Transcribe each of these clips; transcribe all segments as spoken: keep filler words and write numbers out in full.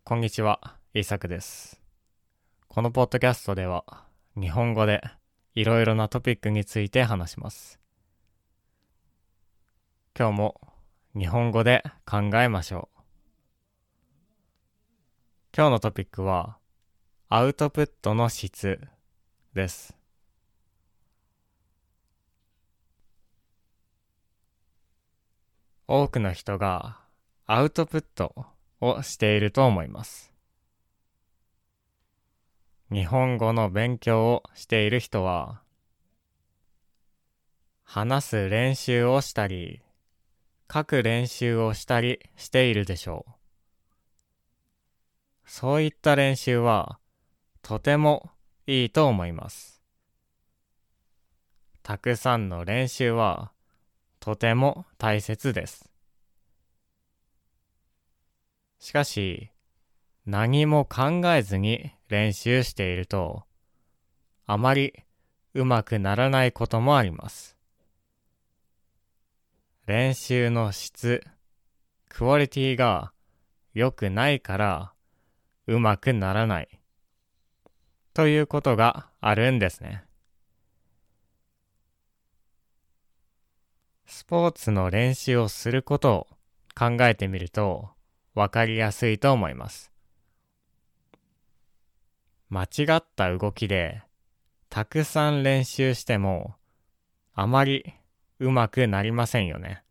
こんにちは、イサクです。このポッドキャストでは、日本語でいろいろなトピックについて話します。今日も日本語で考えましょう。今日のトピックは、アウトプットの質です。多くの人がアウトプットをしていると思います。日本語の勉強をしている人は、話す練習をしたり、書く練習をしたりしているでしょう。そういった練習はとてもいいと思います。たくさんの練習はとても大切です。しかし、何も考えずに練習していると、あまりうまくならないこともあります。練習の質、クオリティが良くないからうまくならないということがあるんですね。スポーツの練習をすることを考えてみるとわかりやすいと思います。間違った動きでたくさん練習してもあまりうまくなりませんよね。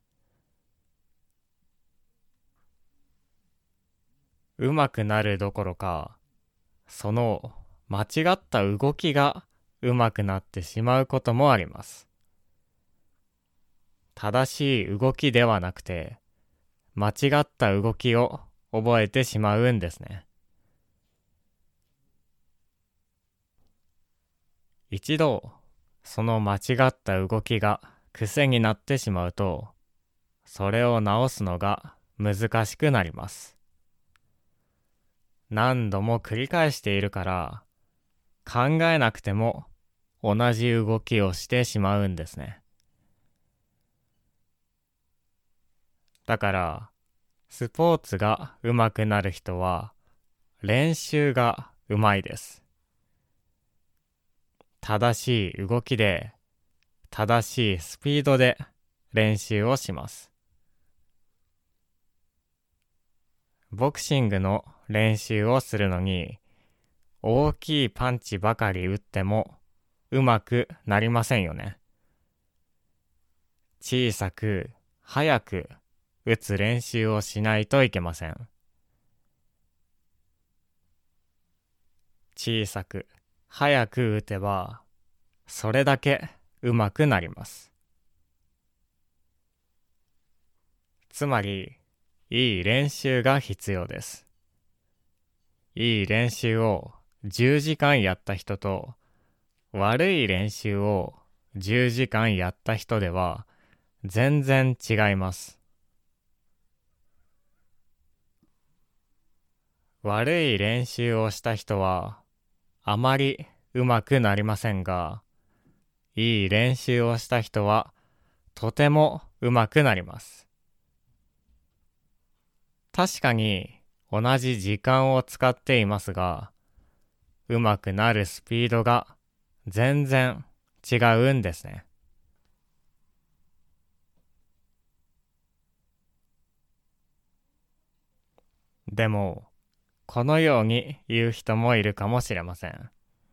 うまくなるどころか、その間違った動きがうまくなってしまうこともあります。正しい動きではなくて、間違った動きを覚えてしまうんですね。一度、その間違った動きが癖になってしまうと、それを直すのが難しくなります。何度も繰り返しているから、考えなくても同じ動きをしてしまうんですね。だから、スポーツが上手くなる人は、練習が上手いです。正しい動きで、正しいスピードで練習をします。ボクシングの練習をするのに、大きいパンチばかり打っても上手くなりませんよね。小さく、早く打つ練習をしないといけません。小さく、早く打てば、それだけ上手くなります。つまり、いい練習が必要です。いい練習をじゅうじかんやった人と、悪い練習をじゅうじかんやった人では、全然違います。悪い練習をした人は、あまり上手くなりませんが、いい練習をした人は、とても上手くなります。確かに同じ時間を使っていますが、上手くなるスピードが全然違うんですね。でも、このように言う人もいるかもしれません。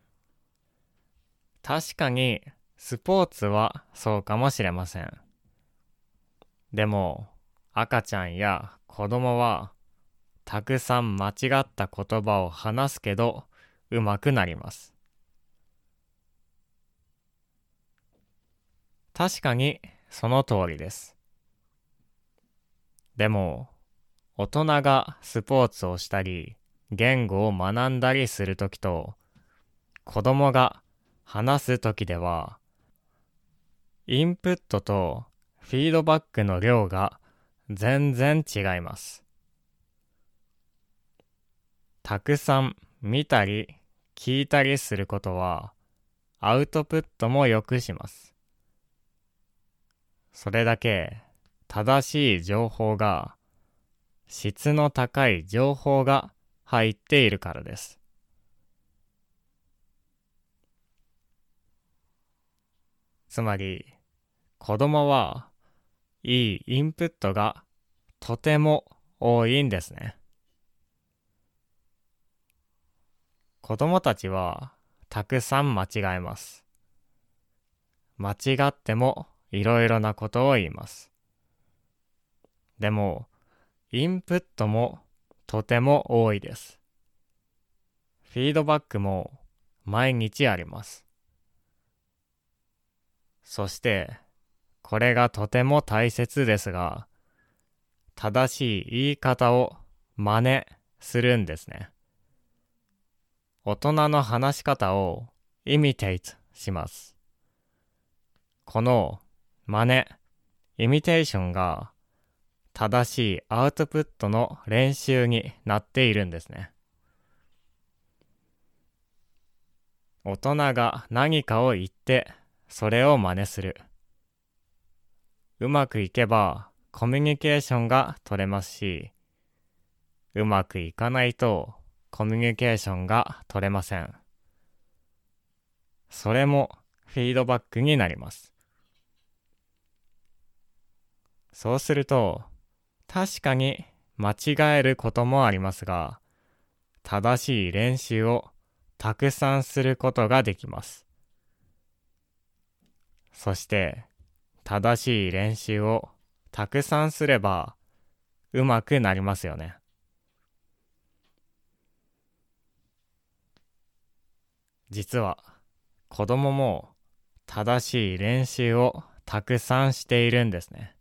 確かにスポーツはそうかもしれません。でも、赤ちゃんや子供はたくさん間違った言葉を話すけど上手くなります。確かにその通りです。でも、大人がスポーツをしたり、言語を学んだりするときと、子供が話すときでは、インプットとフィードバックの量が全然違います。たくさん見たり聞いたりすることは、アウトプットも良くします。それだけ正しい情報が、質の高い情報が入っているからです。つまり、子供はいいインプットがとても多いんですね。子供たちはたくさん間違えます。間違ってもいろいろなことを言います。でも、インプットもとても多いです。フィードバックも毎日あります。そして、これがとても大切ですが、正しい言い方を真似するんですね。大人の話し方をイミテイトします。この真似、イミテーションが正しいアウトプットの練習になっているんですね。大人が何かを言ってそれを真似する。うまくいけばコミュニケーションが取れますし、うまくいかないとコミュニケーションが取れません。それもフィードバックになります。そうすると、確かに間違えることもありますが、正しい練習をたくさんすることができます。そして、正しい練習をたくさんすれば、うまくなりますよね。実は、子供も正しい練習をたくさんしているんですね。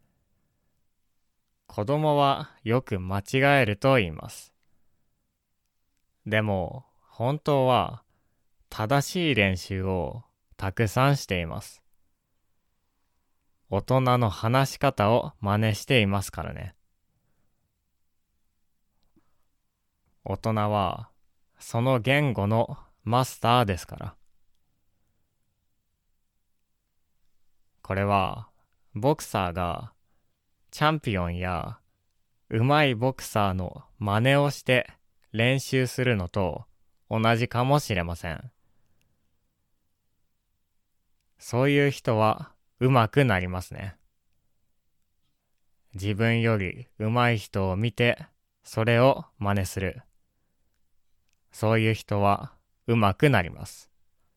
子供はよく間違えると言います。でも、本当は正しい練習をたくさんしています。大人の話し方を真似していますからね。大人はその言語のマスターですから。これはボクサーがチャンピオンやうまいボクサーの真似をして練習するのと同じかもしれません。そういう人は上手くなりますね。自分より上手い人を見てそれを真似する。そういう人は上手くなります。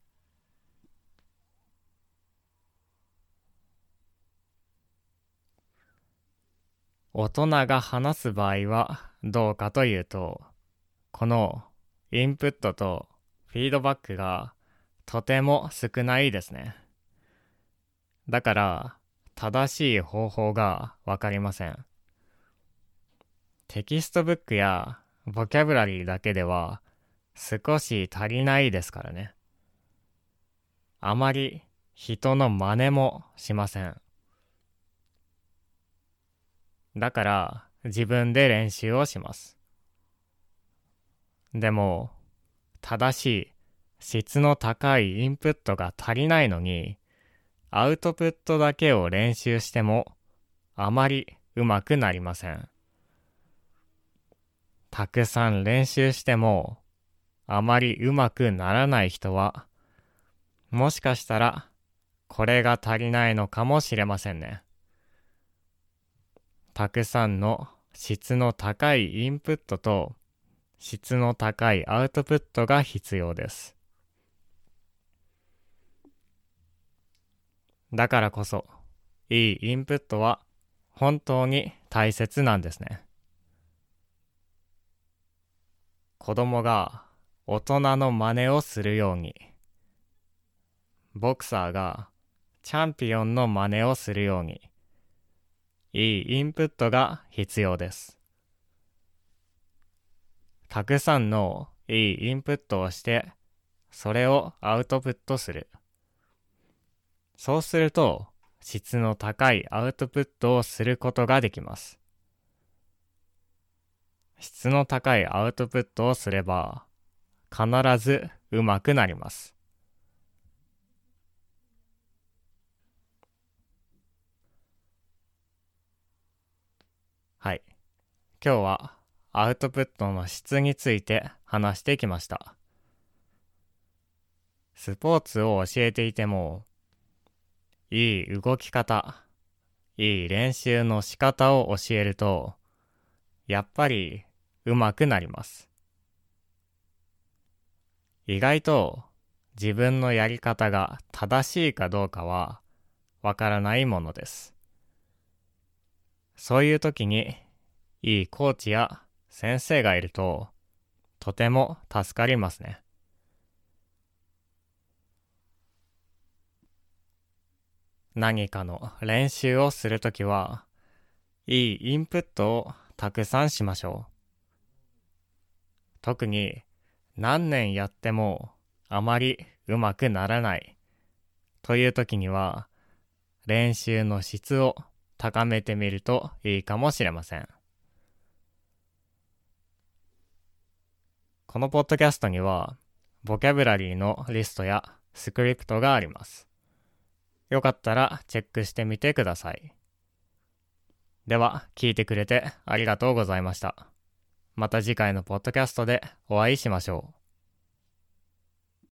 大人が話す場合はどうかというと、このインプットとフィードバックがとても少ないですね。だから正しい方法がわかりません。テキストブックやボキャブラリーだけでは少し足りないですからね。あまり人の真似もしません。だから自分で練習をします。でも正しい質の高いインプットが足りないのに、アウトプットだけを練習してもあまり上手くなりません。たくさん練習してもあまり上手くならない人は、もしかしたらこれが足りないのかもしれませんね。たくさんの質の高いインプットと質の高いアウトプットが必要です。だからこそ、いいインプットは本当に大切なんですね。子供が大人の真似をするように、ボクサーがチャンピオンの真似をするように、いいインプットが必要です。たくさんのいいインプットをして、それをアウトプットする。そうすると、質の高いアウトプットをすることができます。質の高いアウトプットをすれば、必ず上手くなります。はい。今日はアウトプットの質について話してきました。スポーツを教えていても、いい動き方、いい練習の仕方を教えると、やっぱり上手くなります。意外と自分のやり方が正しいかどうかはわからないものです。そういう時にいいコーチや先生がいるととても助かりますね。何かの練習をするときはいいインプットをたくさんしましょう。特に何年やってもあまり上手くならないという時には練習の質を高めてみるといいかもしれません。このポッドキャストにはボキャブラリーのリストやスクリプトがあります。よかったらチェックしてみてください。では聞いてくれてありがとうございました。また次回のポッドキャストでお会いしましょう。